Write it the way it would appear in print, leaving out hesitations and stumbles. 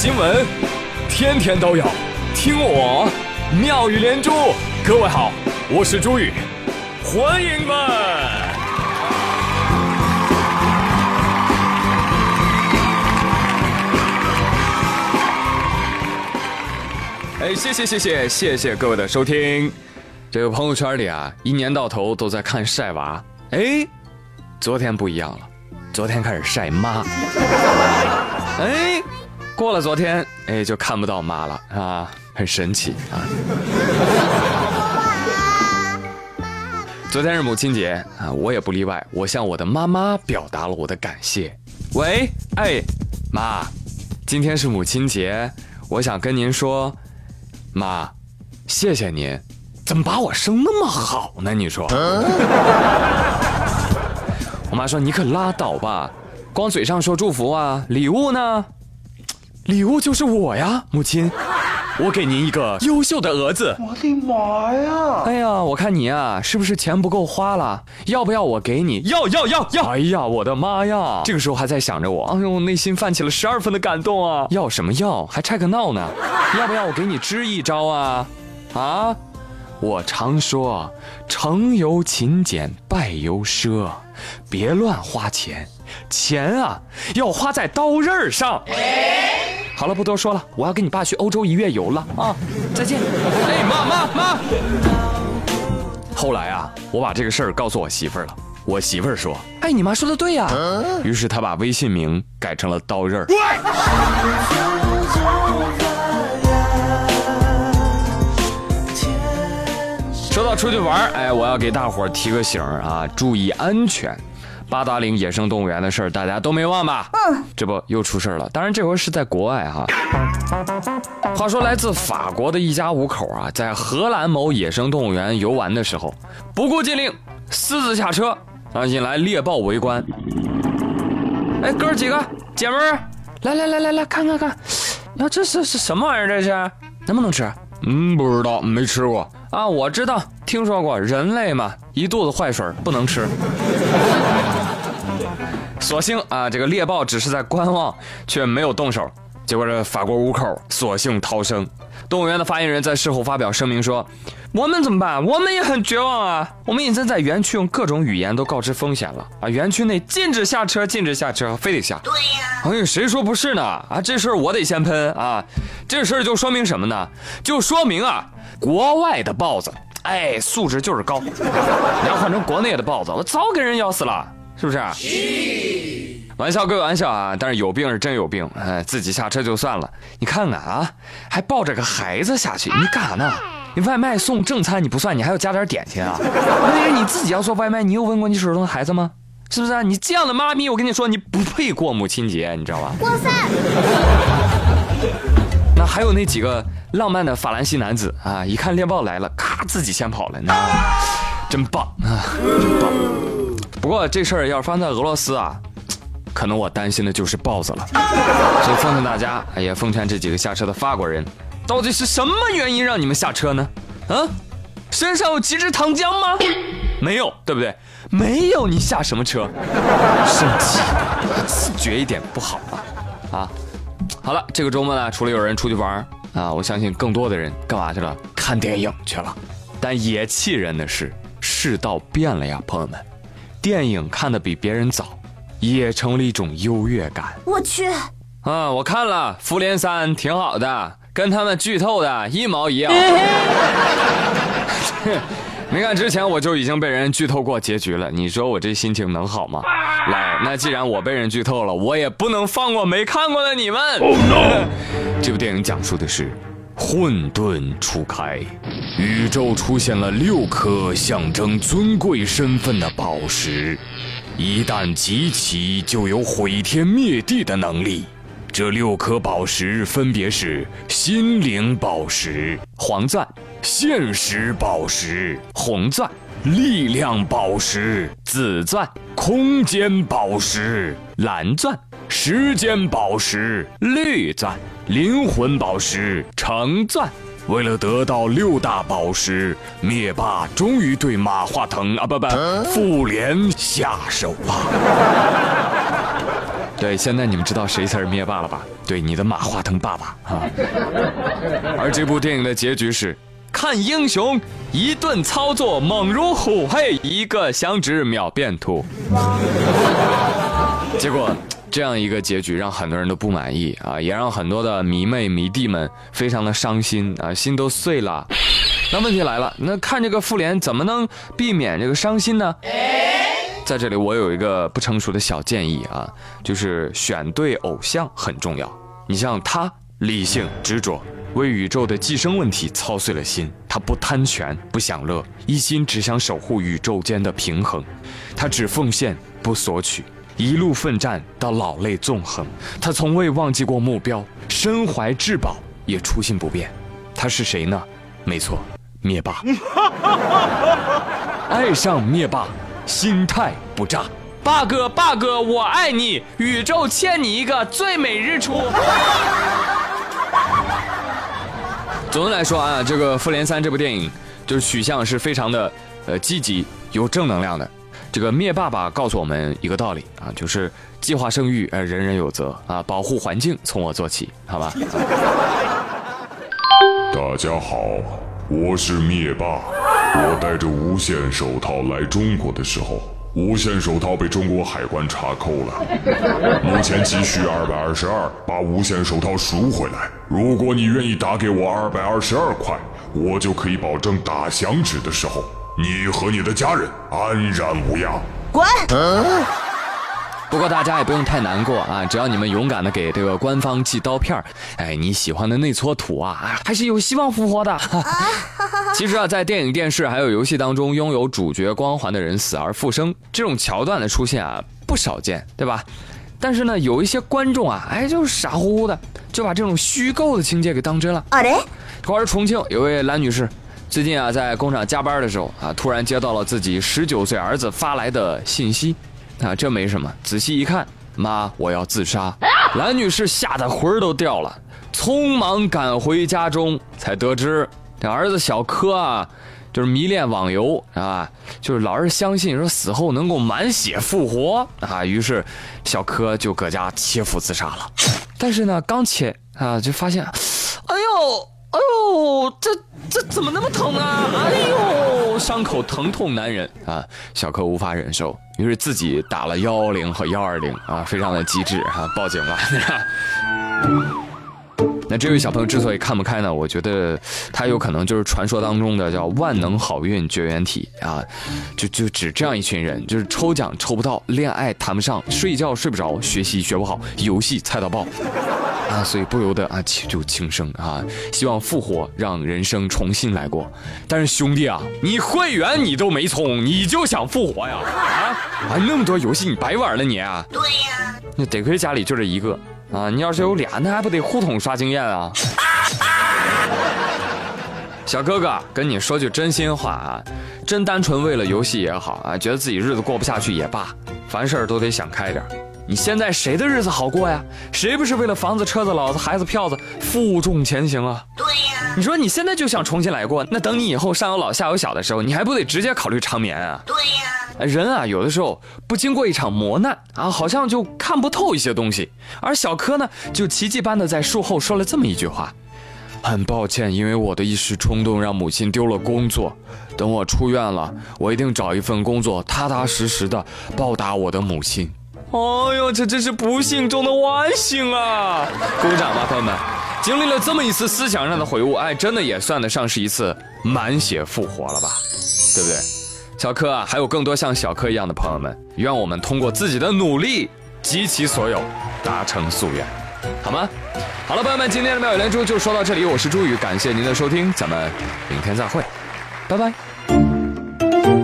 新闻，天天都有，听我妙语连珠。各位好，我是朱宇，欢迎们。谢谢各位的收听。这个朋友圈里啊，一年到头都在看晒娃。昨天不一样了，昨天开始晒妈。过了昨天，就看不到妈了啊，很神奇啊。昨天是母亲节啊，我也不例外，我向我的妈妈表达了我的感谢。喂，妈，今天是母亲节，我想跟您说，妈，谢谢您，怎么把我生那么好呢？你说？我妈说你可拉倒吧，光嘴上说祝福啊，礼物呢？礼物就是我呀，母亲，我给您一个优秀的儿子。 我的妈呀！ 哎呀，我看你啊，是不是钱不够花了？要不要我给你？要！哎呀，我的妈呀！这个时候还在想着我，哎呦，内心泛起了12分的感动啊！要什么要？还拆个闹呢？要不要我给你支一招啊？啊？我常说，成由勤俭，败由奢，别乱花钱，钱啊要花在刀刃上。好了，不多说了，我要跟你爸去欧洲1月游了啊！再见。妈。后来啊，我把这个事儿告诉我媳妇儿了。我媳妇儿说：“你妈说的对呀。”于是她把微信名改成了刀刃。说到出去玩，我要给大伙儿提个醒啊，注意安全。八达岭野生动物园的事儿大家都没忘吧？这不又出事了。当然这回是在国外哈。话说来自法国的一家5口啊，在荷兰某野生动物园游玩的时候，不顾禁令私自下车啊，引来猎豹围观。哥几个姐们儿，来看，呀，这是什么玩意儿？这是能不能吃？不知道，没吃过啊。我知道，听说过，人类嘛，一肚子坏水不能吃。所幸啊，这个猎豹只是在观望，却没有动手。结果这法国5口索性逃生。动物园的发言人在事后发表声明说：“我们怎么办？我们也很绝望啊！我们已经在园区用各种语言都告知风险了啊！园区内禁止下车，非得下。对呀。谁说不是呢？啊，这事儿我得先喷啊！这事儿就说明什么呢？就说明啊，国外的豹子，素质就是高。你要换成国内的豹子，我早给人咬死了。”是不是啊？玩笑归玩笑啊，但是有病是真有病。自己下车就算了，你看看啊，还抱着个孩子下去，你干啥呢？你外卖送正餐你不算，你还要加点点心啊？那你自己要做外卖，你有问过你手中的孩子吗？是不是啊？你这样的妈咪，我跟你说，你不配过母亲节，你知道吧？哇塞！那还有那几个浪漫的法兰西男子啊，一看猎豹来了，咔自己先跑了，那真棒啊，真棒！不过这事儿要是发生在俄罗斯啊，可能我担心的就是豹子了。所以奉劝大家，也奉劝这几个下车的法国人，到底是什么原因让你们下车呢？身上有极致糖浆吗？没有，对不对？没有，你下什么车？生气，自觉一点不好吗？好了，这个周末呢，除了有人出去玩啊，我相信更多的人干嘛去了？看电影去了。但也气人的是，世道变了呀，朋友们。电影看得比别人早，也成了一种优越感。 我去我看了《复联3》，挺好的，跟他们剧透的一毛一样。没看之前我就已经被人剧透过结局了，你说我这心情能好吗？来，那既然我被人剧透了，我也不能放过没看过的你们。Oh no！ 这部电影讲述的是混沌初开，宇宙出现了6颗象征尊贵身份的宝石，一旦集齐就有毁天灭地的能力。这6颗宝石分别是心灵宝石黄钻、现实宝石红钻、力量宝石紫钻、空间宝石蓝钻、时间宝石绿钻、灵魂宝石橙钻。为了得到6大宝石，灭霸终于对马化腾复联下手了。 对，现在你们知道谁才是灭霸了吧？对，你的马化腾爸爸啊。而这部电影的结局是，看英雄一顿操作猛如虎，嘿，一个响指秒变土。结果这样一个结局让很多人都不满意啊，也让很多的迷妹迷弟们非常的伤心啊，心都碎了。那问题来了，那看这个复联怎么能避免这个伤心呢？在这里我有一个不成熟的小建议啊，就是选对偶像很重要。你像他理性执着，为宇宙的寄生问题操碎了心，他不贪权不享乐，一心只想守护宇宙间的平衡。他只奉献不索取，一路奋战到老泪纵横。他从未忘记过目标，身怀至宝也初心不变。他是谁呢？没错，灭霸。爱上灭霸，心态不炸。霸哥，我爱你，宇宙欠你一个最美日出。总的来说啊，这个《复联3》这部电影就是取向是非常的积极有正能量的。这个灭爸爸告诉我们一个道理啊，就是计划生育人人有责啊，保护环境从我做起，好吧？ 大家好，我是灭霸。我戴着无限手套来中国的时候，无限手套被中国海关查扣了，目前急需222，把无限手套赎回来。如果你愿意打给我222块，我就可以保证打响指的时候，你和你的家人安然无恙。 滚！ 不过大家也不用太难过啊，只要你们勇敢的给这个官方寄刀片，哎，你喜欢的内搓土啊，还是有希望复活的。其实啊，在电影、电视还有游戏当中，拥有主角光环的人死而复生这种桥段的出现啊，不少见，对吧？但是呢，有一些观众啊，哎，就是傻乎乎的，就把这种虚构的情节给当真了。话说重庆有位蓝女士，最近啊，在工厂加班的时候啊，突然接到了自己19岁儿子发来的信息。啊，这没什么，仔细一看，妈，我要自杀。蓝女士吓得魂儿都掉了，匆忙赶回家中，才得知这儿子小柯啊，就是迷恋网游啊，就是老是相信说死后能够满血复活啊，于是小柯就搁家切腹自杀了。但是呢，刚切啊，就发现，哎呦，这怎么那么疼啊？哎呦，伤口疼痛难忍啊！小柯无法忍受，于是自己打了110和120啊，非常的机智啊，报警了。那这位小朋友之所以看不开呢，我觉得他有可能就是传说当中的叫万能好运绝缘体啊，就指这样一群人，就是抽奖抽不到，恋爱谈不上，睡觉睡不着，学习学不好，游戏菜到爆啊，所以不由得啊祈求轻生啊，希望复活，让人生重新来过。但是兄弟啊，你会员你都没充，你就想复活呀？啊，那么多游戏你白玩了你啊？ 对呀， 那得亏家里就这一个。啊，你要是有俩，那还不得互捅刷经验啊？小哥哥，跟你说句真心话啊，真单纯为了游戏也好啊，觉得自己日子过不下去也罢，凡事都得想开点。你现在谁的日子好过呀？谁不是为了房子、车子、老子、孩子、票子负重前行啊？ 对呀。 你说你现在就想重新来过，那等你以后上有老下有小的时候，你还不得直接考虑长眠啊？ 对呀。 人啊，有的时候不经过一场磨难啊，好像就看不透一些东西。而小柯呢，就奇迹般的在术后说了这么一句话：很抱歉，因为我的一时冲动让母亲丢了工作。等我出院了，我一定找一份工作，踏踏实实的报答我的母亲。哎呦，这真是不幸中的万幸啊！鼓掌吧，朋友们！经历了这么一次思想上的悔悟，哎，真的也算得上是一次满血复活了吧？对不对？小柯啊，还有更多像小柯一样的朋友们，愿我们通过自己的努力，集其所有，达成夙愿，好吗？好了，朋友们，今天的妙语连珠就说到这里，我是朱宇，感谢您的收听，咱们明天再会，拜拜。